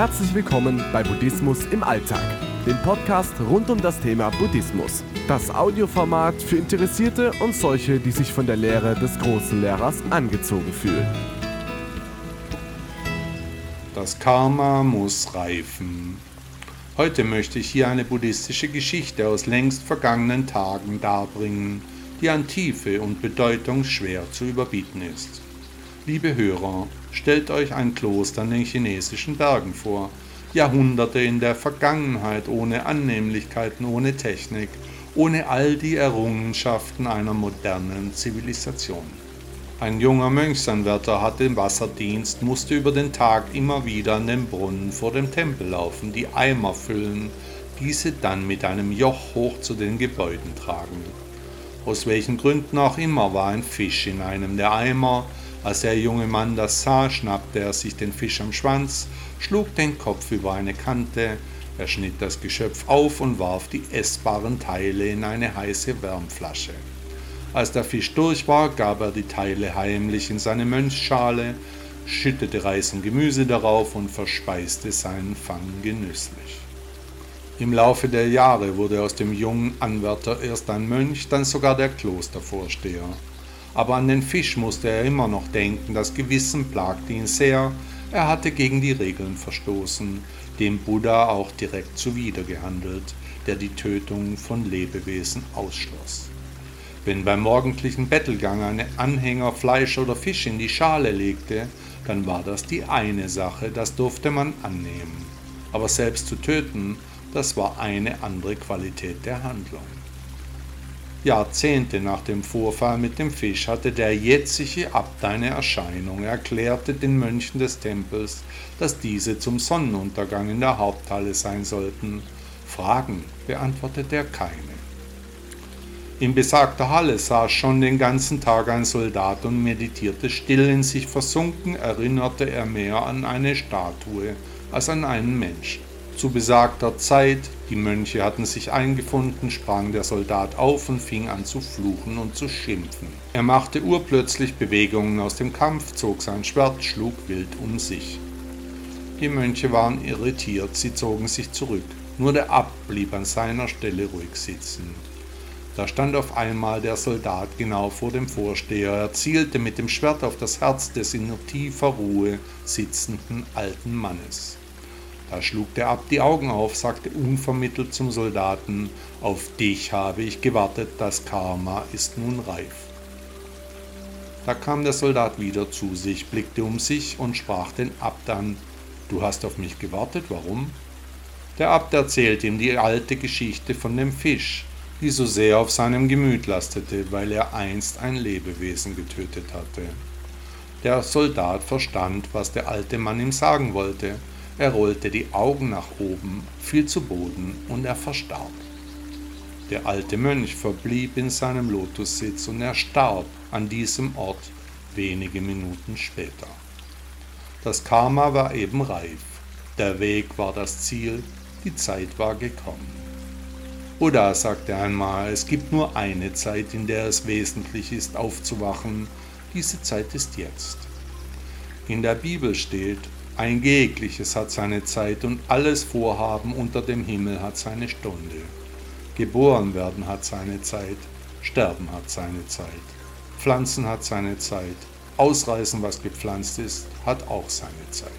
Herzlich willkommen bei Buddhismus im Alltag, dem Podcast rund um das Thema Buddhismus. Das Audioformat für Interessierte und solche, die sich von der Lehre des großen Lehrers angezogen fühlen. Das Karma muss reifen. Heute möchte ich hier eine buddhistische Geschichte aus längst vergangenen Tagen darbringen, die an Tiefe und Bedeutung schwer zu überbieten ist. Liebe Hörer, stellt euch ein Kloster in den chinesischen Bergen vor, Jahrhunderte in der Vergangenheit ohne Annehmlichkeiten, ohne Technik, ohne all die Errungenschaften einer modernen Zivilisation. Ein junger Mönchsanwärter hatte Wasserdienst, musste über den Tag immer wieder an den Brunnen vor dem Tempel laufen, die Eimer füllen, diese dann mit einem Joch hoch zu den Gebäuden tragen. Aus welchen Gründen auch immer war ein Fisch in einem der Eimer. Als der junge Mann das sah, schnappte er sich den Fisch am Schwanz, schlug den Kopf über eine Kante, er schnitt das Geschöpf auf und warf die essbaren Teile in eine heiße Wärmflasche. Als der Fisch durch war, gab er die Teile heimlich in seine Mönchsschale, schüttete Reis und Gemüse darauf und verspeiste seinen Fang genüsslich. Im Laufe der Jahre wurde aus dem jungen Anwärter erst ein Mönch, dann sogar der Klostervorsteher. Aber an den Fisch musste er immer noch denken, das Gewissen plagte ihn sehr, er hatte gegen die Regeln verstoßen, dem Buddha auch direkt zuwider gehandelt, der die Tötung von Lebewesen ausschloss. Wenn beim morgendlichen Bettelgang ein Anhänger Fleisch oder Fisch in die Schale legte, dann war das die eine Sache, das durfte man annehmen. Aber selbst zu töten, das war eine andere Qualität der Handlung. Jahrzehnte nach dem Vorfall mit dem Fisch hatte der jetzige Abt eine Erscheinung. Er erklärte den Mönchen des Tempels, dass diese zum Sonnenuntergang in der Haupthalle sein sollten. Fragen beantwortete er keine. In besagter Halle saß schon den ganzen Tag ein Soldat und meditierte still. In sich versunken erinnerte er mehr an eine Statue als an einen Menschen. Zu besagter Zeit, die Mönche hatten sich eingefunden, sprang der Soldat auf und fing an zu fluchen und zu schimpfen. Er machte urplötzlich Bewegungen aus dem Kampf, zog sein Schwert, schlug wild um sich. Die Mönche waren irritiert, sie zogen sich zurück. Nur der Abt blieb an seiner Stelle ruhig sitzen. Da stand auf einmal der Soldat genau vor dem Vorsteher. Er zielte mit dem Schwert auf das Herz des in tiefer Ruhe sitzenden alten Mannes. Da schlug der Abt die Augen auf, sagte unvermittelt zum Soldaten: Auf dich habe ich gewartet, das Karma ist nun reif. Da kam der Soldat wieder zu sich, blickte um sich und sprach den Abt an: Du hast auf mich gewartet, warum? Der Abt erzählte ihm die alte Geschichte von dem Fisch, die so sehr auf seinem Gemüt lastete, weil er einst ein Lebewesen getötet hatte. Der Soldat verstand, was der alte Mann ihm sagen wollte. Er rollte die Augen nach oben, fiel zu Boden und er verstarb. Der alte Mönch verblieb in seinem Lotussitz und er starb an diesem Ort wenige Minuten später. Das Karma war eben reif, der Weg war das Ziel, die Zeit war gekommen. Buddha sagte einmal, es gibt nur eine Zeit, in der es wesentlich ist, aufzuwachen. Diese Zeit ist jetzt. In der Bibel steht, ein jegliches hat seine Zeit und alles Vorhaben unter dem Himmel hat seine Stunde. Geboren werden hat seine Zeit, Sterben hat seine Zeit, Pflanzen hat seine Zeit, Ausreißen, was gepflanzt ist, hat auch seine Zeit.